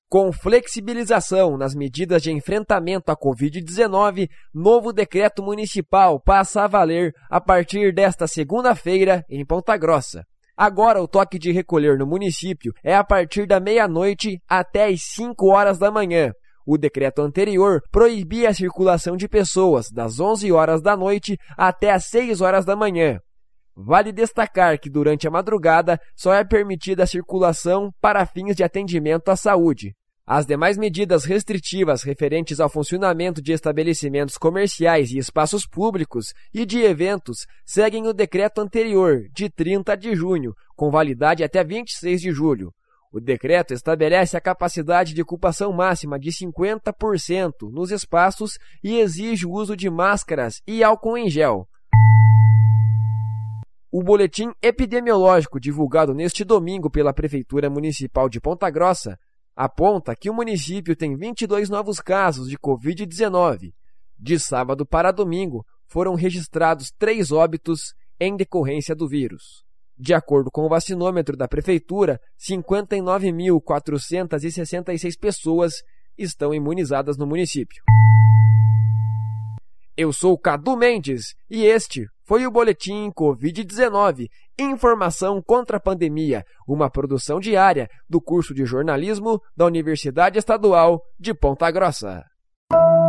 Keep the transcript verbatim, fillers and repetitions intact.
Com flexibilização nas medidas de enfrentamento à covid dezenove, novo decreto municipal passa a valer a partir desta segunda-feira em Ponta Grossa. Agora, o toque de recolher no município é a partir da meia-noite até as cinco horas da manhã. O decreto anterior proibia a circulação de pessoas das onze horas da noite até as seis horas da manhã. Vale destacar que durante a madrugada só é permitida a circulação para fins de atendimento à saúde. As demais medidas restritivas referentes ao funcionamento de estabelecimentos comerciais e espaços públicos e de eventos seguem o decreto anterior, de trinta de junho, com validade até vinte e seis de julho. O decreto estabelece a capacidade de ocupação máxima de cinquenta por cento nos espaços e exige o uso de máscaras e álcool em gel. O boletim epidemiológico divulgado neste domingo pela Prefeitura Municipal de Ponta Grossa aponta que o município tem vinte e dois novos casos de covid dezenove. De sábado para domingo, foram registrados três óbitos em decorrência do vírus. De acordo com o vacinômetro da Prefeitura, cinquenta e nove mil quatrocentas e sessenta e seis pessoas estão imunizadas no município. Eu sou Cadu Mendes e este foi o Boletim covid dezenove, Informação contra a Pandemia, uma produção diária do curso de jornalismo da Universidade Estadual de Ponta Grossa.